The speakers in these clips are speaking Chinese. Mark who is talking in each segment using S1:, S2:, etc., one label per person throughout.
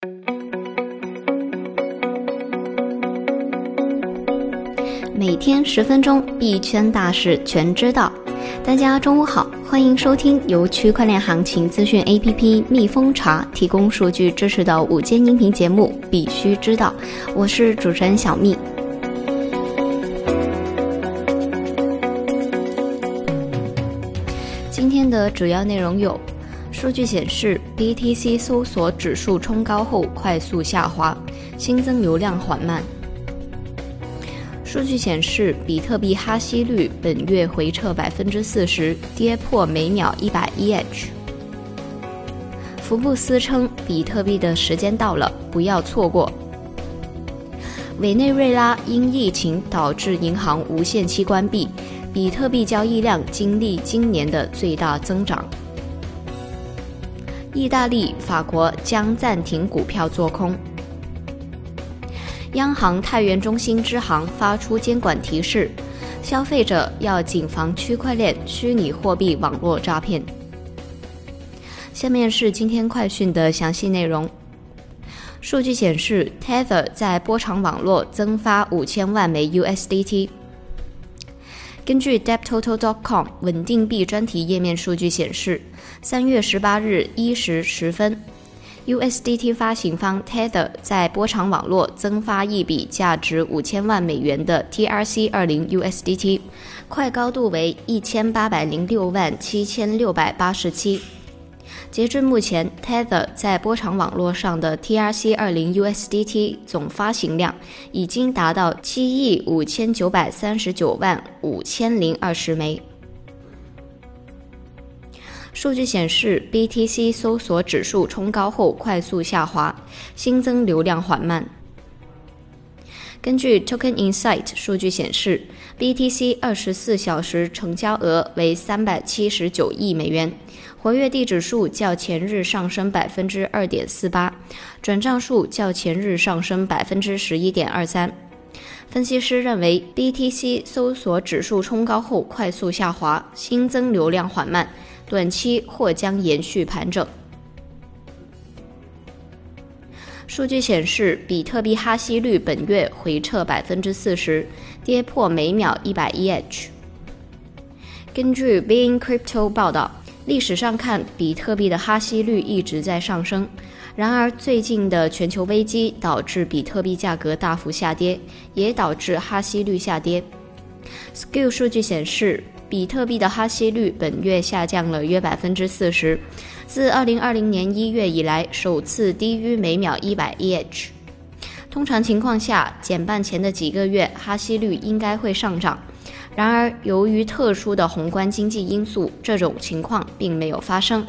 S1: 每天10分钟，币圈大事全知道。大家中午好，欢迎收听由区块链行情资讯 APP 蜜蜂茶提供数据支持的午间音频节目《必须知道》，我是主持人小蜜。今天的主要内容有：数据显示 BTC 搜索指数冲高后快速下滑，新增流量缓慢。数据显示，比特币哈希率本月回撤 40%， 跌破每秒100 EH。福布斯称，比特币的时间到了，不要错过。委内瑞拉因疫情导致银行无限期关闭，比特币交易量经历今年的最大增长。意大利、法国将暂停股票做空。央行太原中心支行发出监管提示，消费者要谨防区块链虚拟货币网络诈骗。下面是今天快讯的详细内容。数据显示 Tether 在波场网络增发5000万枚 USDT。根据 debttotal.com 稳定币专题页面数据显示，3月18日1时10分USDT 发行方 Tether 在波场网络增发一笔价值5000万美元的 TRC20 USDT， 快高度为1,8067687。截至目前 Tether 在波场网络上的 TRC20 USDT 总发行量已经达到759395020枚。数据显示 BTC 搜索指数冲高后快速下滑，新增流量缓慢。根据 Token Insight 数据显示， BTC 24小时成交额为379亿美元，活跃地址数较前日上升 2.48%， 转账数较前日上升 11.23%。分析师认为 BTC 搜索指数冲高后快速下滑，新增流量缓慢，短期或将延续盘整。数据显示，比特币哈希率本月回撤 40%， 跌破每秒100 EH。根据 Being Crypto 报道，历史上看，比特币的哈希率一直在上升。然而，最近的全球危机导致比特币价格大幅下跌，也导致哈希率下跌。Skill 数据显示，比特币的哈希率本月下降了约 40%， 自2020年1月以来首次低于每秒100 EH。通常情况下，减半前的几个月哈希率应该会上涨，然而由于特殊的宏观经济因素，这种情况并没有发生。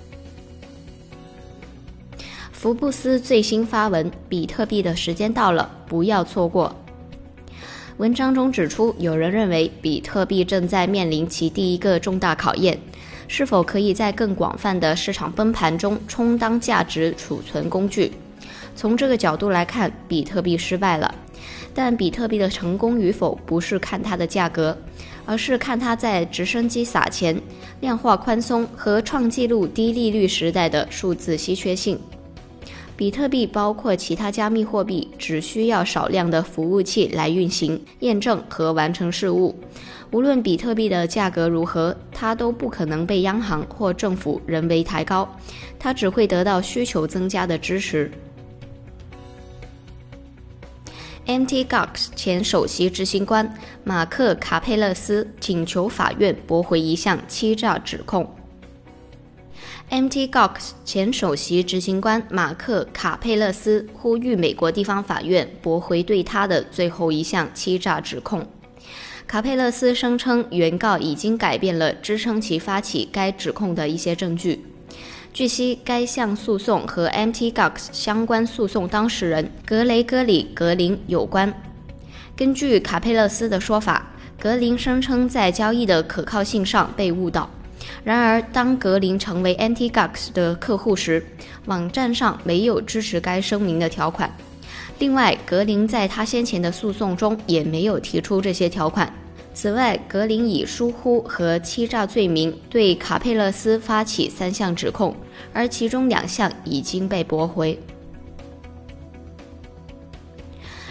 S1: 福布斯最新发文，比特币的时间到了，不要错过。文章中指出，有人认为比特币正在面临其第一个重大考验，是否可以在更广泛的市场崩盘中充当价值储存工具。从这个角度来看，比特币失败了。但比特币的成功与否不是看它的价格，而是看它在直升机撒钱、量化宽松和创纪录低利率时代的数字稀缺性。比特币包括其他加密货币，只需要少量的服务器来运行、验证和完成事务。无论比特币的价格如何，它都不可能被央行或政府人为抬高，它只会得到需求增加的支持。Mt. Gox 前首席执行官马克·卡佩勒斯请求法院驳回一项欺诈指控。Mt. Gox 前首席执行官马克·卡佩勒斯呼吁美国地方法院驳回对他的最后一项欺诈指控。卡佩勒斯声称，原告已经改变了支撑其发起该指控的一些证据。据悉，该项诉讼和 Mt. Gox 相关诉讼当事人格雷戈里·格林有关。根据卡佩勒斯的说法，格林声称在交易的可靠性上被误导。然而，当格林成为 Mt. Gox 的客户时，网站上没有支持该声明的条款。另外，格林在他先前的诉讼中也没有提出这些条款。此外，格林以疏忽和欺诈罪名对卡佩勒斯发起3项指控，而其中2项已经被驳回。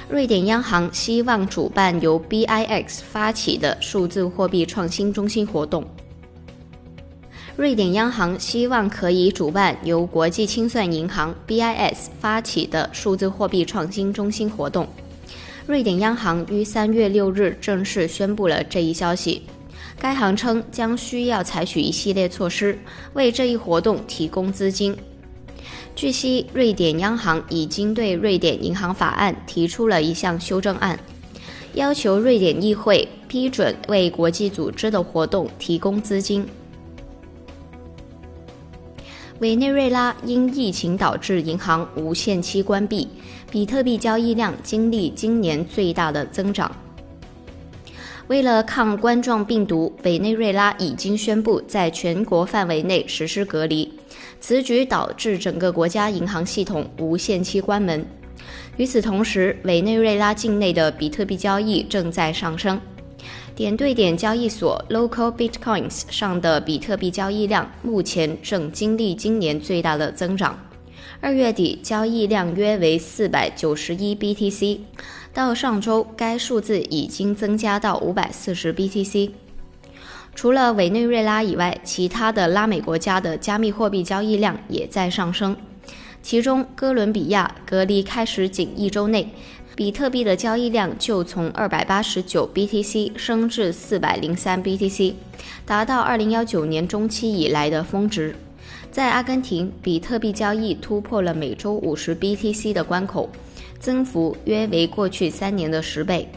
S1: 瑞典央行希望主办由 BIX 发起的数字货币创新中心活动。瑞典央行希望可以主办由国际清算银行 BIS 发起的数字货币创新中心活动。瑞典央行于3月6日正式宣布了这一消息。该行称将需要采取一系列措施，为这一活动提供资金。据悉，瑞典央行已经对瑞典银行法案提出了一项修正案，要求瑞典议会批准为国际组织的活动提供资金。委内瑞拉因疫情导致银行无限期关闭，比特币交易量经历今年最大的增长。为了抗冠状病毒，委内瑞拉已经宣布在全国范围内实施隔离，此举导致整个国家银行系统无限期关门。与此同时，委内瑞拉境内的比特币交易正在上升。点对点交易所 Local Bitcoins 上的比特币交易量目前正经历今年最大的增长。2月底交易量约为491 BTC， 到上周该数字已经增加到540 BTC。除了委内瑞拉以外，其他的拉美国家的加密货币交易量也在上升。其中，哥伦比亚隔离开始仅1周内，比特币的交易量就从289 BTC 升至403 BTC， 达到2019年中期以来的峰值。在阿根廷，比特币交易突破了每周50 BTC 的关口，增幅约为过去3年的10倍。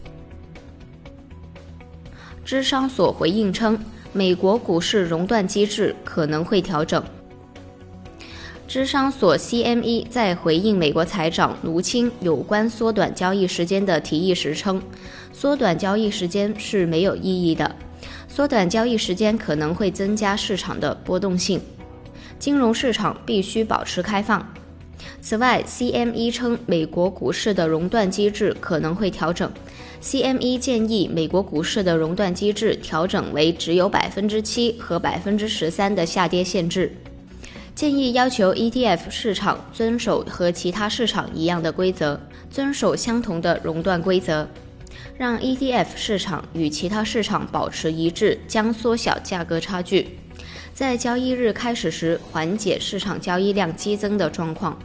S1: 芝商所回应称，美国股市熔断机制可能会调整。芝商所 CME 在回应美国财长卢钦有关缩短交易时间的提议时称，缩短交易时间是没有意义的，缩短交易时间可能会增加市场的波动性，金融市场必须保持开放。此外 CME 称美国股市的熔断机制可能会调整， CME 建议美国股市的熔断机制调整为只有 7% 和 13% 的下跌限制，建议要求 ETF 市场遵守和其他市场一样的规则，遵守相同的熔断规则，让 ETF 市场与其他市场保持一致，将缩小价格差距，在交易日开始时缓解市场交易量激增的状况。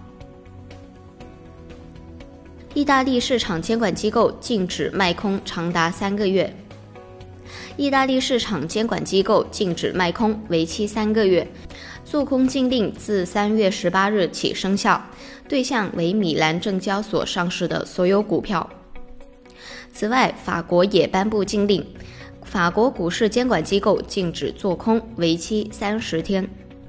S1: 意大利市场监管机构禁止卖空长达3个月。意大利市场监管机构禁止卖空，为期3个月。做空禁令自3月18日起生效，对象为米兰证交所上市的所有股票。此外，法国也颁布禁令，法国股市监管机构禁止做空，为期30天。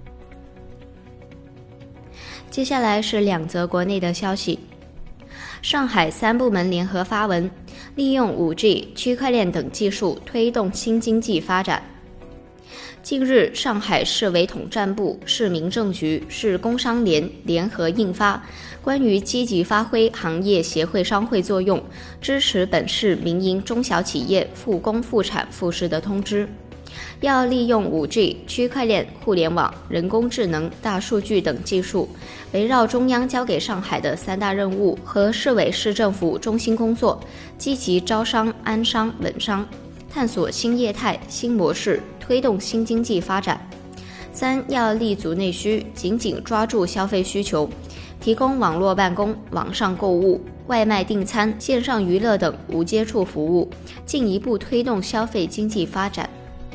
S1: 接下来是2则国内的消息。上海3部门联合发文，利用 5G、区块链等技术推动新经济发展。近日，上海市委统战部、市民政局、市工商联联合印发关于积极发挥行业协会商会作用，支持本市民营中小企业复工复产复市的通知，要利用 5G、区块链、互联网、人工智能、大数据等技术，围绕中央交给上海的3大任务和市委市政府中心工作，积极招商、安商、稳商，探索新业态、新模式，推动新经济发展。3要立足内需，紧紧抓住消费需求，提供网络办公、网上购物、外卖订餐、线上娱乐等无接触服务，进一步推动消费经济发展。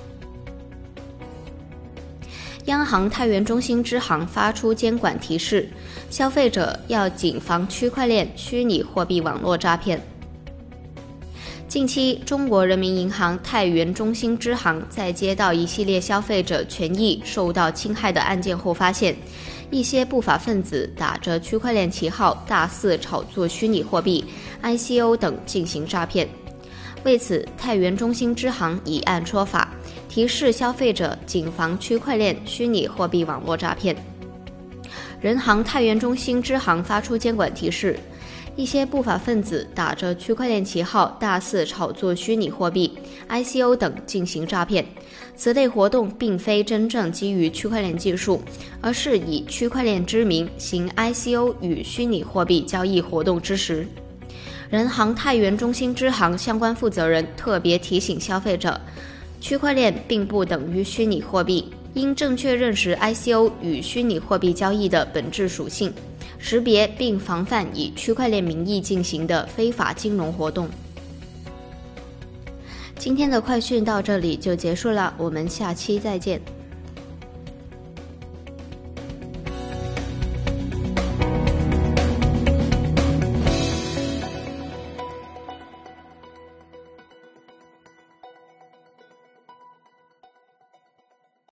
S1: 央行太原中心支行发出监管提示，消费者要谨防区块链、虚拟货币网络诈骗。近期，中国人民银行太原中心支行在接到一系列消费者权益受到侵害的案件后，发现一些不法分子打着区块链旗号大肆炒作虚拟货币、ICO 等进行诈骗。为此，太原中心支行以案戳法，提示消费者谨防区块链、虚拟货币网络诈骗。人行太原中心支行发出监管提示，一些不法分子打着区块链旗号大肆炒作虚拟货币、ICO 等进行诈骗。此类活动并非真正基于区块链技术，而是以区块链之名行 ICO 与虚拟货币交易活动之实。 人行太原中心支行相关负责人特别提醒消费者，区块链并不等于虚拟货币，应正确认识 ICO 与虚拟货币交易的本质属性，识别并防范以区块链名义进行的非法金融活动。今天的快讯到这里就结束了，我们下期再见。